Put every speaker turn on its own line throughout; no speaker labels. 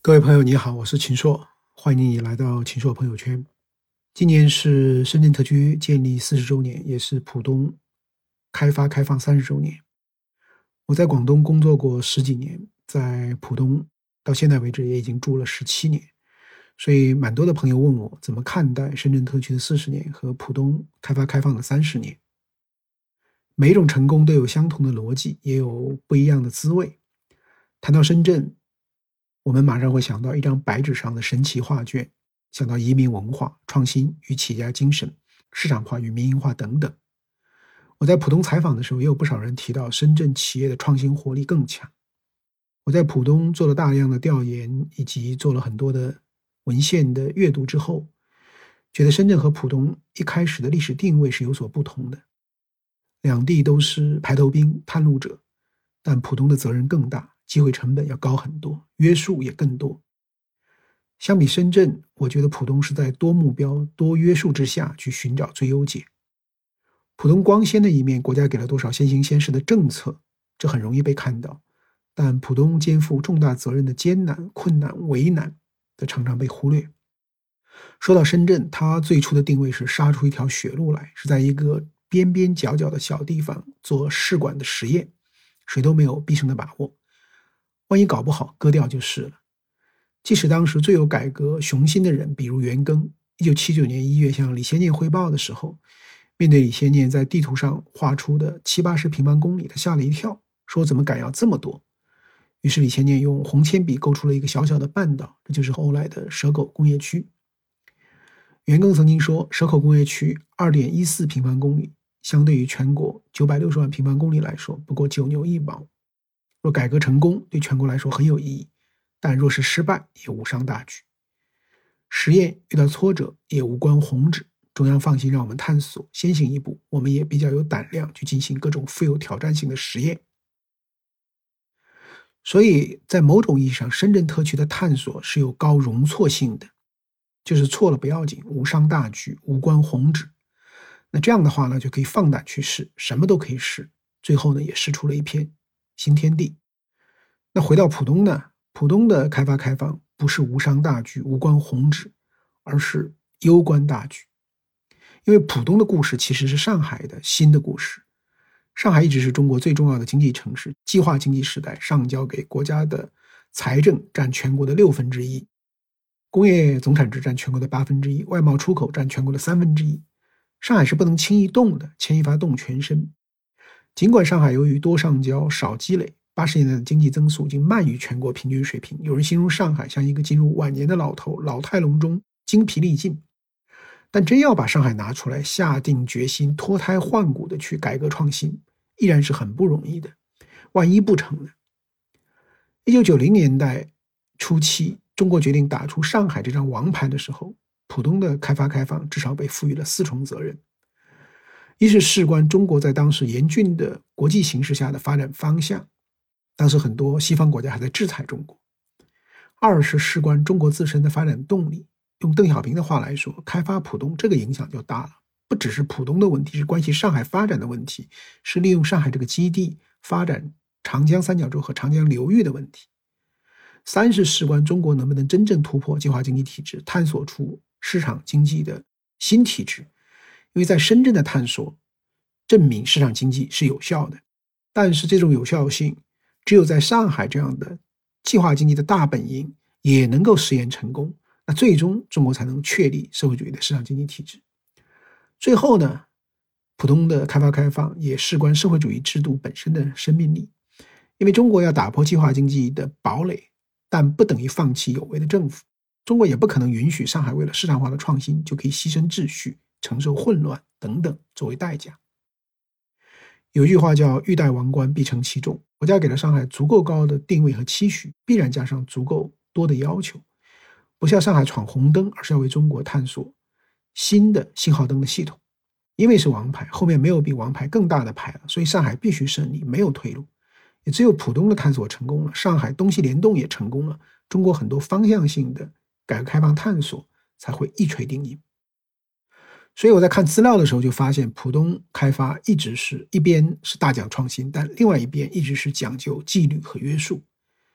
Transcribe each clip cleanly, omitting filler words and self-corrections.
各位朋友，你好，我是秦朔，欢迎你来到秦朔朋友圈。今年是深圳特区建立40周年，也是浦东开放30周年。我在广东工作过10几年，在浦东到现在为止也已经住了17年，所以蛮多的朋友问我怎么看待深圳特区的40年和浦东开放的30年。每一种成功都有相同的逻辑，也有不一样的滋味。谈到深圳，我们马上会想到一张白纸上的神奇画卷，想到移民文化、创新与企业家精神、市场化与民营化等等。我在浦东采访的时候，也有不少人提到深圳企业的创新活力更强。我在浦东做了大量的调研，以及做了很多的文献的阅读之后，觉得深圳和浦东一开始的历史定位是有所不同的。两地都是排头兵、探路者，但浦东的责任更大，机会成本要高很多，约束也更多。相比深圳，我觉得浦东是在多目标、多约束之下去寻找最优解。浦东光鲜的一面，国家给了多少先行先试的政策，这很容易被看到，但浦东肩负重大责任的艰难、困难、为难则常常被忽略。说到深圳，它最初的定位是杀出一条血路来，是在一个边边角角的小地方做试管的实验，谁都没有必胜的把握，万一搞不好割掉就是了。即使当时最有改革雄心的人，比如袁庚，1979年1月向李先念汇报的时候，面对李先念在地图上画出的70-80平方公里，他吓了一跳，说怎么敢要这么多。于是李先念用红铅笔勾出了一个小小的半岛，这就是后来的蛇口工业区。袁庚曾经说，蛇口工业区 2.14 平方公里，相对于全国960万平方公里来说，不过9牛1毛。若改革成功，对全国来说很有意义，但若是失败，也无伤大局。实验遇到挫折，也无关宏旨，中央放心让我们探索，先行一步，我们也比较有胆量去进行各种富有挑战性的实验。所以在某种意义上，深圳特区的探索是有高容错性的，就是错了不要紧，无伤大局，无关宏旨。那这样的话呢，就可以放胆去试，什么都可以试，最后呢，也试出了一片新天地。那回到浦东呢，浦东的开放不是无伤大局、无关宏旨，而是攸关大局。因为浦东的故事其实是上海的新的故事。上海一直是中国最重要的经济城市，计划经济时代上交给国家的财政占全国的1/6，工业总产值占全国的1/8，外贸出口占全国的1/3。上海是不能轻易动的，牵一发动全身。尽管上海由于多上交少积累，80年代的经济增速已经慢于全国平均水平，有人形容上海像一个进入晚年的老头，老态龙钟，精疲力尽。但真要把上海拿出来，下定决心脱胎换骨的去改革创新，依然是很不容易的。万一不成呢？1990年代初期，中国决定打出上海这张王牌的时候，浦东的开放至少被赋予了4重责任。一是事关中国在当时严峻的国际形势下的发展方向，当时很多西方国家还在制裁中国。二是事关中国自身的发展动力，用邓小平的话来说，开发浦东这个影响就大了，不只是浦东的问题，是关系上海发展的问题，是利用上海这个基地发展长江三角洲和长江流域的问题。三是事关中国能不能真正突破计划经济体制，探索出市场经济的新体制。因为在深圳的探索证明市场经济是有效的，但是这种有效性只有在上海这样的计划经济的大本营也能够实验成功，那最终中国才能确立社会主义的市场经济体制。最后呢，浦东的开放也事关社会主义制度本身的生命力。因为中国要打破计划经济的堡垒，但不等于放弃有为的政府。中国也不可能允许上海为了市场化的创新就可以牺牲秩序，承受混乱等等作为代价。有一句话叫欲戴王冠必承其重，国家给了上海足够高的定位和期许，必然加上足够多的要求，不是要上海闯红灯，而是要为中国探索新的信号灯的系统。因为是王牌，后面没有比王牌更大的牌了，所以上海必须胜利，没有退路。也只有浦东的探索成功了，上海东西联动也成功了，中国很多方向性的改革开放探索才会一锤定音。所以我在看资料的时候就发现，浦东开发一直是一边是大讲创新，但另外一边一直是讲究纪律和约束。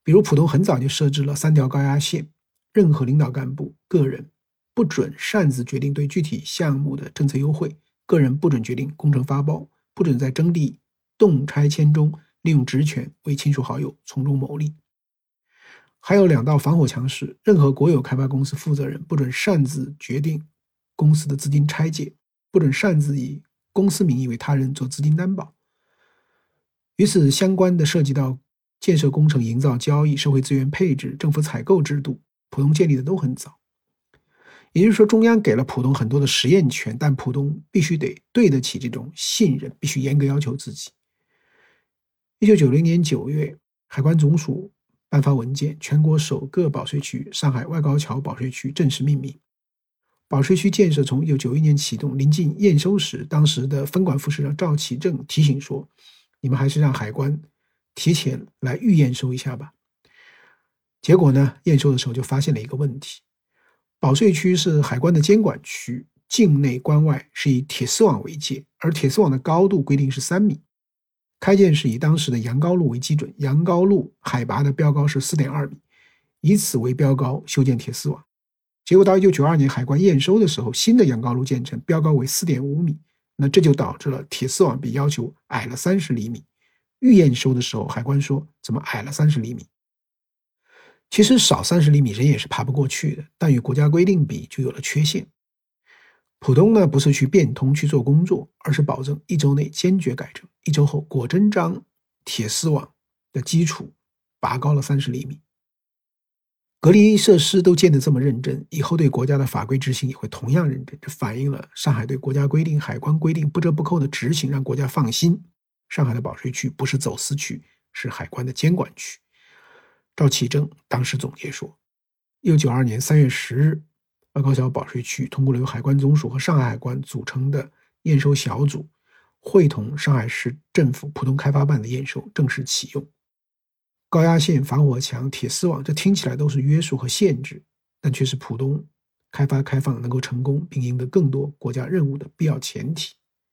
比如浦东很早就设置了3条高压线，任何领导干部、个人不准擅自决定对具体项目的政策优惠，个人不准决定工程发包，不准在征地动拆迁中利用职权为亲属好友从中牟利。还有2道防火墙是，任何国有开发公司负责人不准擅自决定公司的资金拆借，不准擅自以公司名义为他人做资金担保。与此相关的涉及到建设工程营造交易、社会资源配置、政府采购制度，浦东建立的都很早。也就是说，中央给了浦东很多的实验权，但浦东必须得对得起这种信任，必须严格要求自己。1990年9月，海关总署颁发文件，全国首个保税区上海外高桥保税区正式命名。保税区建设从1991年启动，临近验收时，当时的分管副市长赵启正提醒说，你们还是让海关提前来预验收一下吧。结果呢，验收的时候就发现了一个问题，保税区是海关的监管区，境内关外是以铁丝网为界，而铁丝网的高度规定是3米。开建是以当时的杨高路为基准，杨高路海拔的标高是 4.2 米，以此为标高修建铁丝网。结果到1992年海关验收的时候，新的杨高路建成，标高为 4.5 米，那这就导致了铁丝网比要求矮了30厘米。预验收的时候，海关说怎么矮了30厘米？其实少30厘米人也是爬不过去的，但与国家规定比就有了缺陷。浦东呢，不是去变通去做工作，而是保证1周内坚决改正，1周后果真将铁丝网的基础拔高了30厘米。隔离设施都建得这么认真，以后对国家的法规执行也会同样认真，这反映了上海对国家规定、海关规定不折不扣的执行，让国家放心。上海的保税区不是走私区，是海关的监管区。赵启正当时总结说，1992年3月10日，外高桥保税区通过了由海关总署和上海海关组成的验收小组，会同上海市政府浦东开发办的验收正式启用。高压线、防火墙、铁丝网，这听起来都是约束和限制，但却是浦东开发开放能够成功并赢得更多国家任务的必要前提。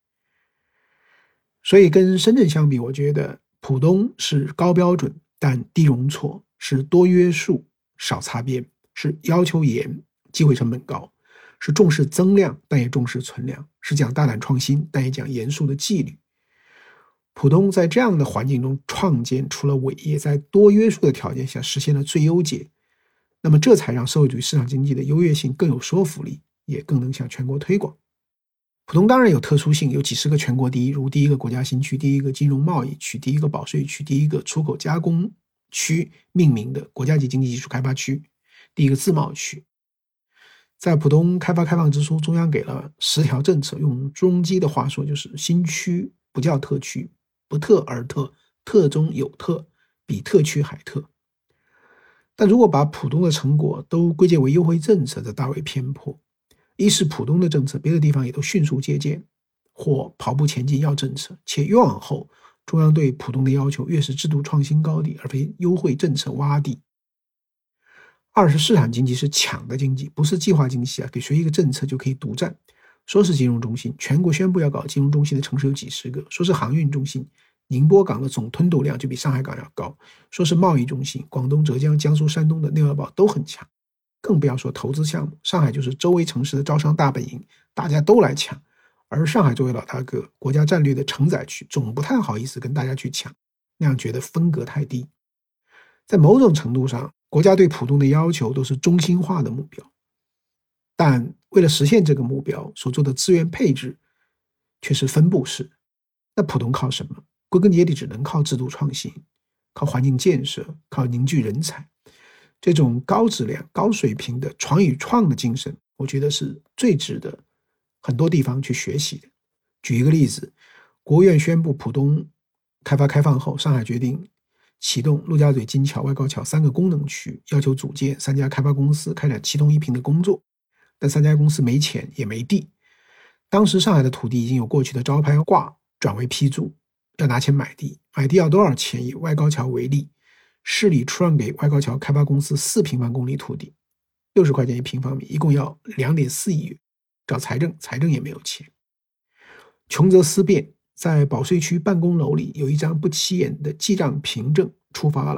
所以跟深圳相比，我觉得浦东是高标准但低容错，是多约束少擦边，是要求严机会成本高，是重视增量但也重视存量，是讲大胆创新但也讲严肃的纪律。浦东在这样的环境中创建出了伟业，在多约束的条件下实现了最优解，那么这才让社会主义市场经济的优越性更有说服力，也更能向全国推广。浦东当然有特殊性，有几十个全国第一，如第1个国家新区、第1个金融贸易区、第1个保税区、第1个出口加工区命名的国家级经济技术开发区、第1个自贸区。在浦东开发开放之初，中央给了10条政策，用中基的话说就是新区不叫特区，不特而特，特中有特，比特区还特。但如果把浦东的成果都归结为优惠政策，则大为偏颇。一是浦东的政策，别的地方也都迅速借鉴或跑步前进要政策，且越往后，中央对浦东的要求越是制度创新高地，而非优惠政策洼地。二是市场经济是抢的经济，不是计划经济给谁一个政策就可以独占。说是金融中心，全国宣布要搞金融中心的城市有几十个；说是航运中心，宁波港的总吞吐量就比上海港要高；说是贸易中心，广东、浙江、江苏、山东的内外保都很强。更不要说投资项目，上海就是周围城市的招商大本营，大家都来抢。而上海作为老大哥，国家战略的承载区，总不太好意思跟大家去抢，那样觉得分隔太低。在某种程度上，国家对浦东的要求都是中心化的目标，但为了实现这个目标所做的资源配置却是分布式。那浦东靠什么？归根结底只能靠制度创新，靠环境建设，靠凝聚人才。这种高质量、高水平的创与创的精神，我觉得是最值得很多地方去学习的。举一个例子，国务院宣布浦东开发开放后，上海决定启动陆家嘴、金桥、外高桥3个功能区，要求组建3家开发公司开展7通1平的工作，但3家公司没钱也没地。当时上海的土地已经有过去的招拍挂转为批注，要拿钱买地，买地要多少钱？以外高桥为例，市里出让给外高桥开发公司4平方公里土地，60块钱1平方米，一共要2.4亿元，找财政也没有钱。穷则思变，在保税区办公楼里有一张不起眼的记账凭证，触发了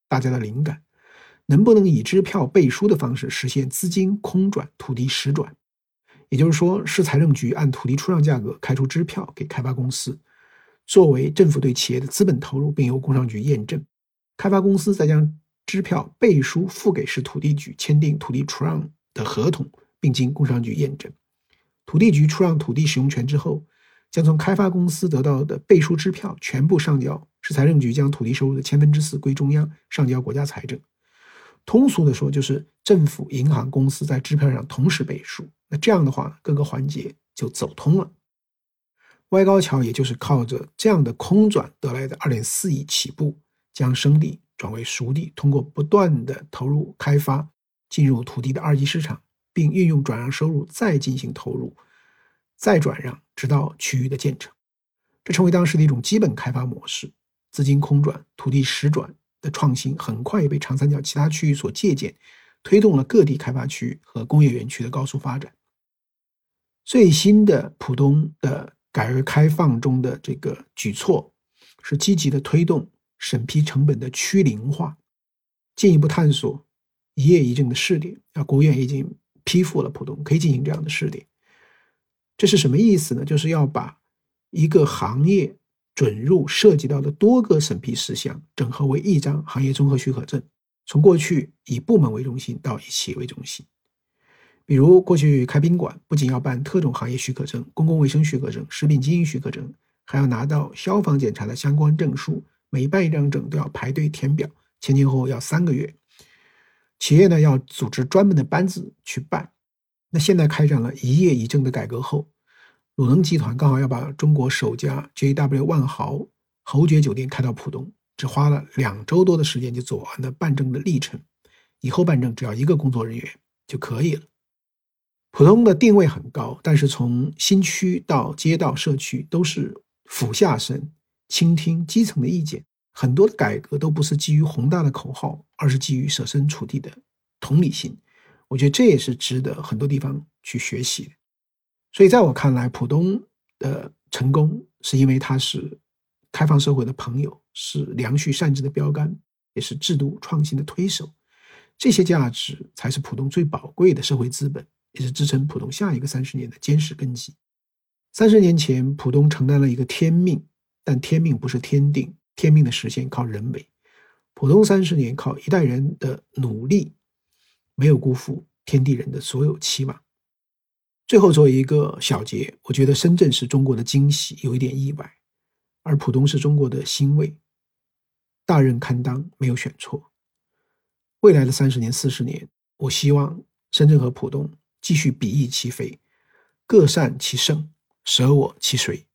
大家的灵感，能不能以支票背书的方式实现资金空转、土地实转？也就是说，市财政局按土地出让价格开出支票给开发公司，作为政府对企业的资本投入，并由工商局验证。开发公司再将支票背书付给市土地局，签订土地出让的合同，并经工商局验证。土地局出让土地使用权之后，将从开发公司得到的背书支票全部上交市财政局，将土地收入的4/1000归中央，上交国家财政。通俗的说，就是政府、银行、公司在支票上同时背书。那这样的话，各个环节就走通了。歪高桥也就是靠着这样的空转得来的2.4亿起步，将生地转为熟地，通过不断的投入开发，进入土地的二级市场，并运用转让收入再进行投入，再转让，直到区域的建成。这成为当时的一种基本开发模式。资金空转、土地实转的创新很快也被长三角其他区域所借鉴，推动了各地开发区和工业园区的高速发展。最新的浦东的改革开放中的这个举措是积极的推动审批成本的趋零化，进一步探索一业一证的试点。国务院已经批复了浦东可以进行这样的试点。这是什么意思呢？就是要把一个行业准入涉及到的多个审批事项整合为一张行业综合许可证，从过去以部门为中心到以企业为中心。比如过去开宾馆不仅要办特种行业许可证、公共卫生许可证、食品经营许可证，还要拿到消防检查的相关证书，每办一张证都要排队填表，前后要3个月。企业呢要组织专门的班子去办。那现在开展了一业一证的改革后，鲁能集团刚好要把中国首家 JW 万豪侯爵酒店开到浦东，只花了2周多的时间就走完了办证的历程。以后办证只要1个工作人员就可以了。浦东的定位很高，但是从新区到街道社区都是俯下身倾听基层的意见，很多的改革都不是基于宏大的口号，而是基于设身处地的同理心。我觉得这也是值得很多地方去学习的。所以在我看来，浦东的成功是因为它是开放社会的朋友，是良序善治的标杆，也是制度创新的推手。这些价值才是浦东最宝贵的社会资本，也是支撑浦东下一个30年的坚实根基。30年前，浦东承担了一个天命，但天命不是天定，天命的实现靠人为。浦东30年靠一代人的努力，没有辜负天地人的所有期望。最后做一个小结，我觉得深圳是中国的惊喜，有一点意外，而浦东是中国的欣慰。大任堪当，没有选错。未来的30年、40年，我希望深圳和浦东继续比翼齐飞，各善其盛，舍我其谁。